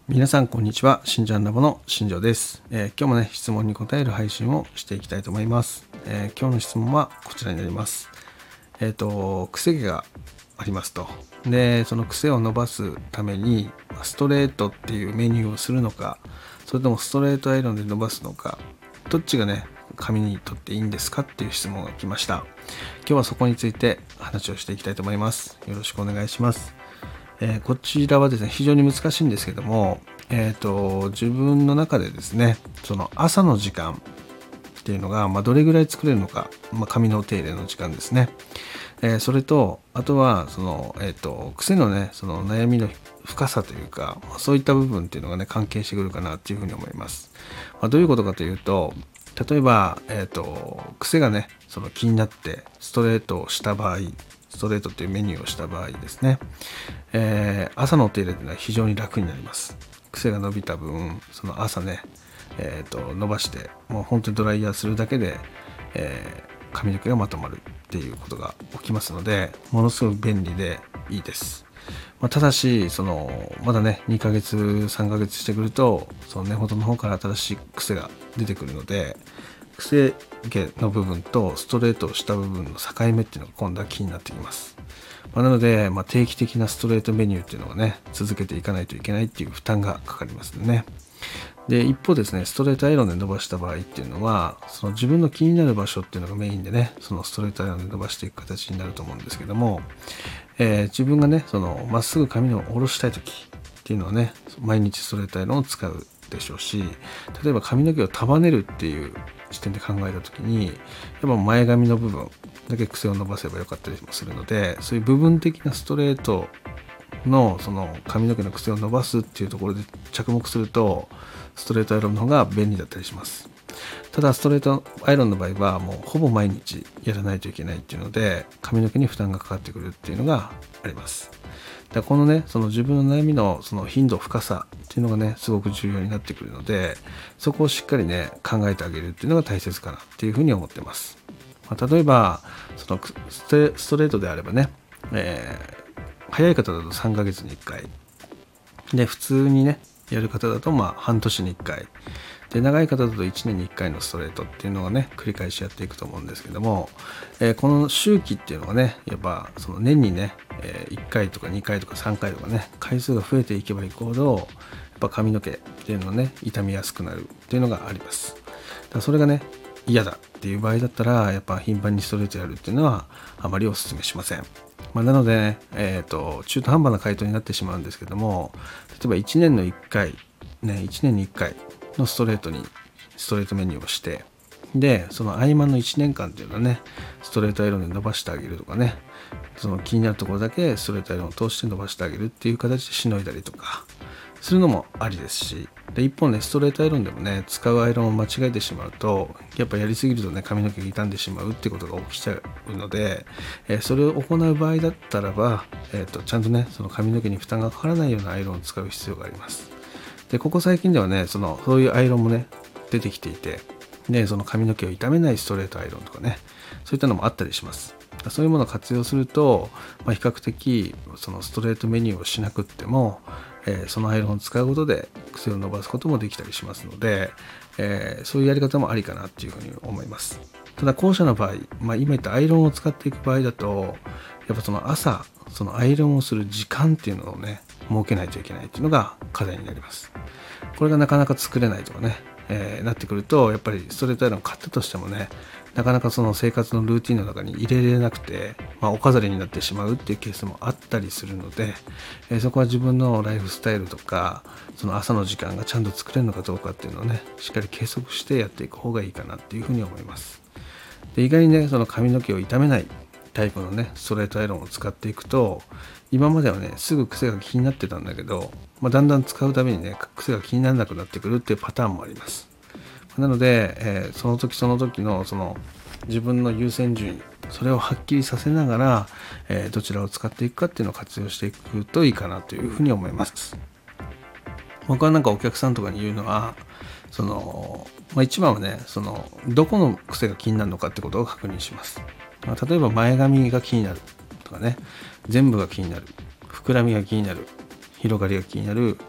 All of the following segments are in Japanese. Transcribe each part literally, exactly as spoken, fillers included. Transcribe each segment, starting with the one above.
皆さんこんにちは。新庄ラボの新庄です、えー、今日もね質問に答える配信をしていきたいと思います、えー、今日の質問はこちらになります。えっ、ー、と癖毛がありますと。でその癖を伸ばすためにストレートっていうメニューをするのか、それともストレートアイロンで伸ばすのか、どっちがね髪にとっていいんですかっていう質問が来ました。今日はそこについて話をしていきたいと思います。よろしくお願いします。えー、こちらはですね非常に難しいんですけども、えーと、自分の中でですねその朝の時間っていうのが、まあ、どれぐらい作れるのか、まあ、髪のお手入れの時間ですね、えー、それとあとはその、えーと、癖のねその悩みの深さというか、まあ、そういった部分っていうのがね関係してくるかなっていうふうに思います。まあ、どういうことかというと、例えば、えーと、癖がねその気になってストレートをした場合、ストレートというメニューをした場合ですね、えー、朝のお手入れというのは非常に楽になります。癖が伸びた分、その朝ね、えー、と伸ばしてもう本当にドライヤーするだけで、えー、髪の毛がまとまるっていうことが起きますので、ものすごく便利でいいです。まあ、ただしそのまだねにかげつさんかげつしてくるとその根元の方から新しい癖が出てくるので、癖毛の部分とストレートをした部分の境目っていうのが今度は気になってきます。まあ、なので、まあ、定期的なストレートメニューっていうのをね続けていかないといけないっていう負担がかかりますね。で一方ですね、ストレートアイロンで伸ばした場合っていうのはその自分の気になる場所っていうのがメインでね、そのストレートアイロンで伸ばしていく形になると思うんですけども、えー、自分がねそのまっすぐ髪を下ろしたい時っていうのはね毎日ストレートアイロンを使うでしょうし、例えば髪の毛を束ねるっていう視点で考えた時にやっぱ前髪の部分だけ癖を伸ばせばよかったりもするので、そういう部分的なストレートのその髪の毛の癖を伸ばすっていうところで着目するとストレートアイロンの方が便利だったりします。ただストレートアイロンの場合はもうほぼ毎日やらないといけないっていうので髪の毛に負担がかかってくるっていうのがあります。だからこのねその自分の悩みのその頻度深さっていうのがねすごく重要になってくるので、そこをしっかりね考えてあげるっていうのが大切かなっていうふうに思ってます。まあ、例えばそのストレートであればね、えー、早い方だとさんかげつにいっかいで、普通にねやる方だとまあ半年にいっかいで、長い方だといちねんにいっかいのストレートっていうのがね繰り返しやっていくと思うんですけども、えー、この周期っていうのがねやっぱその年にね、えー、いっかいとかにかいとかさんかいとかね回数が増えていけばいくほどやっぱ髪の毛っていうのがね傷みやすくなるっていうのがあります。だからそれがね嫌だっていう場合だったらやっぱ頻繁にストレートやるっていうのはあまりお勧めしません。まあ、なのでね、えーと、中途半端な回答になってしまうんですけども、例えばいちねんのいっかい、ね、いちねんにいっかいのストレートにストレートメニューをして、でその合間のいちねんかんっていうのはねストレートアイロンで伸ばしてあげるとかね、その気になるところだけストレートアイロンを通して伸ばしてあげるっていう形でしのいだりとかするのもありですし、で一方ねストレートアイロンでもね使うアイロンを間違えてしまうとやっぱやりすぎるとね髪の毛が傷んでしまうってことが起きちゃうので、えー、それを行う場合だったらば、えーと、ちゃんとねその髪の毛に負担がかからないようなアイロンを使う必要があります。でここ最近ではねそのそういうアイロンもね出てきていて、でその髪の毛を傷めないストレートアイロンとかねそういったのもあったりします。そういうものを活用すると、まあ、比較的そのストレートメニューをしなくっても、えー、そのアイロンを使うことで癖を伸ばすこともできたりしますので、えー、そういうやり方もありかなっていうふうに思います。ただ後者の場合、まあ、今言ったアイロンを使っていく場合だとやっぱその朝そのアイロンをする時間っていうのをね設けないといけないっていうのが課題になります。これがなかなか作れないとかね、えー、なってくるとやっぱりストレートアイロンを買ったとしてもねなかなかその生活のルーティンの中に入れれなくて、まあ、お飾りになってしまうっていうケースもあったりするので、えー、そこは自分のライフスタイルとかその朝の時間がちゃんと作れるのかどうかっていうのをねしっかり計測してやっていく方がいいかなっていうふうに思います。で意外にねその髪の毛を傷めないタイプのねストレートアイロンを使っていくと今まではねすぐ癖が気になってたんだけど、まあ、だんだん使うたびにね癖が気にならなくなってくるっていうパターンもあります。なので、えー、その時その時のその自分の優先順位それをはっきりさせながら、えー、どちらを使っていくかっていうのを活用していくといいかなというふうに思います。僕はなんかお客さんとかに言うのはその、まあ、一番はねそのどこの癖が気になるのかってことを確認します。まあ、例えば前髪が気になるとかね、全部が気になる、膨らみが気になる、広がりが気になる、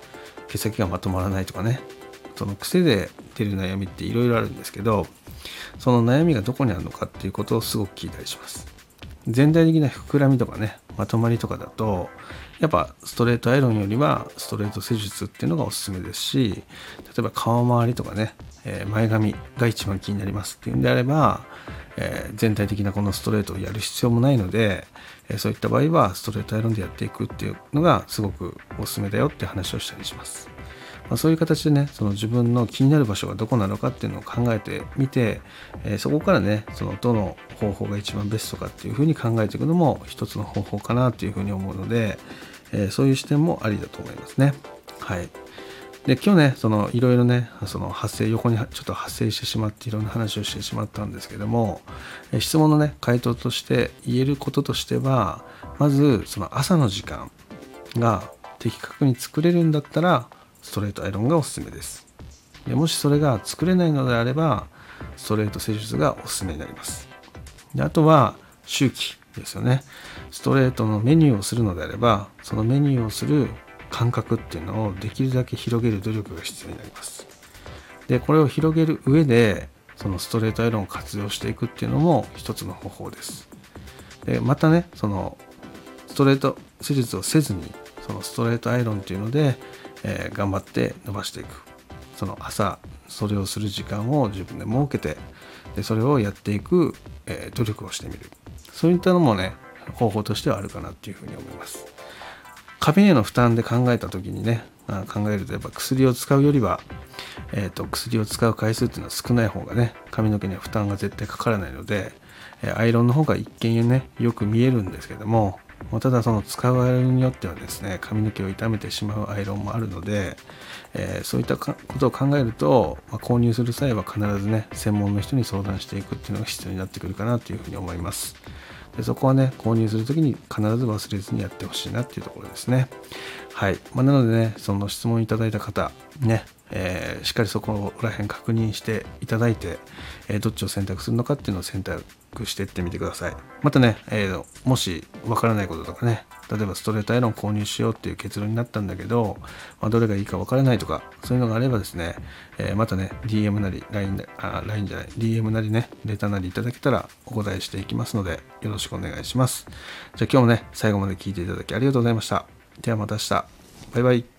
毛先がまとまらないとかね、その癖で出る悩みっていろいろあるんですけど、その悩みがどこにあるのかっていうことをすごく聞いたりします。全体的な膨らみとかね、まとまりとかだとやっぱストレートアイロンよりはストレート施術っていうのがおすすめですし、例えば顔周りとかね、えー、前髪が一番気になりますっていうんであれば、えー、全体的なこのストレートをやる必要もないので、えー、そういった場合はストレートアイロンでやっていくっていうのがすごくおすすめだよって話をしたりします。まあ、そういう形でね、その自分の気になる場所がどこなのかっていうのを考えてみて、えー、そこからね、そのどの方法が一番ベストかっていうふうに考えていくのも一つの方法かなっていうふうに思うので、えー、そういう視点もありだと思いますね。はい。で、今日ね、そのいろいろね、その発生、横にちょっと発生してしまっていろんな話をしてしまったんですけども、えー、質問のね、回答として言えることとしては、まずその朝の時間が的確に作れるんだったら、ストレートアイロンがおすすめです。でもしそれが作れないのであれば、ストレート施術がおすすめになります。で、あとは周期ですよね。ストレートのメニューをするのであれば、そのメニューをする間隔っていうのをできるだけ広げる努力が必要になります。で、これを広げる上で、そのストレートアイロンを活用していくっていうのも一つの方法です。で、またね、そのストレート施術をせずに、そのストレートアイロンっていうので、えー、頑張って伸ばしていく。その朝それをする時間を自分で設けて、でそれをやっていく、えー、努力をしてみる。そういったのもね、方法としてはあるかなっていうふうに思います。髪への負担で考えた時にね、考えるとやっぱ薬を使うよりは、えーと、薬を使う回数っていうのは少ない方がね、髪の毛には負担が絶対かからないので、アイロンの方が一見ね、よく見えるんですけども、ただその使うアイロンによってはですね、髪の毛を傷めてしまうアイロンもあるので、えー、そういったことを考えると、まあ、購入する際は必ずね、専門の人に相談していくっていうのが必要になってくるかなというふうに思います。でそこはね、購入するときに必ず忘れずにやってほしいなっていうところですね。はい。まあ、なのでね、その質問いただいた方、ね、えー、しっかりそこら辺確認していただいて、えー、どっちを選択するのかっていうのを選択していってみてください。またね、えー、もしわからないこととかね、例えばストレートアイロン購入しようっていう結論になったんだけど、まあ、どれがいいかわからないとか、そういうのがあればですね、えー、またね、ディーエム なり ライン で、あ、ライン じゃない、ディーエム なりね、レターなりいただけたらお答えしていきますので、よろしくお願いします。じゃあ今日もね、最後まで聞いていただきありがとうございました。ではまた明日。バイバイ。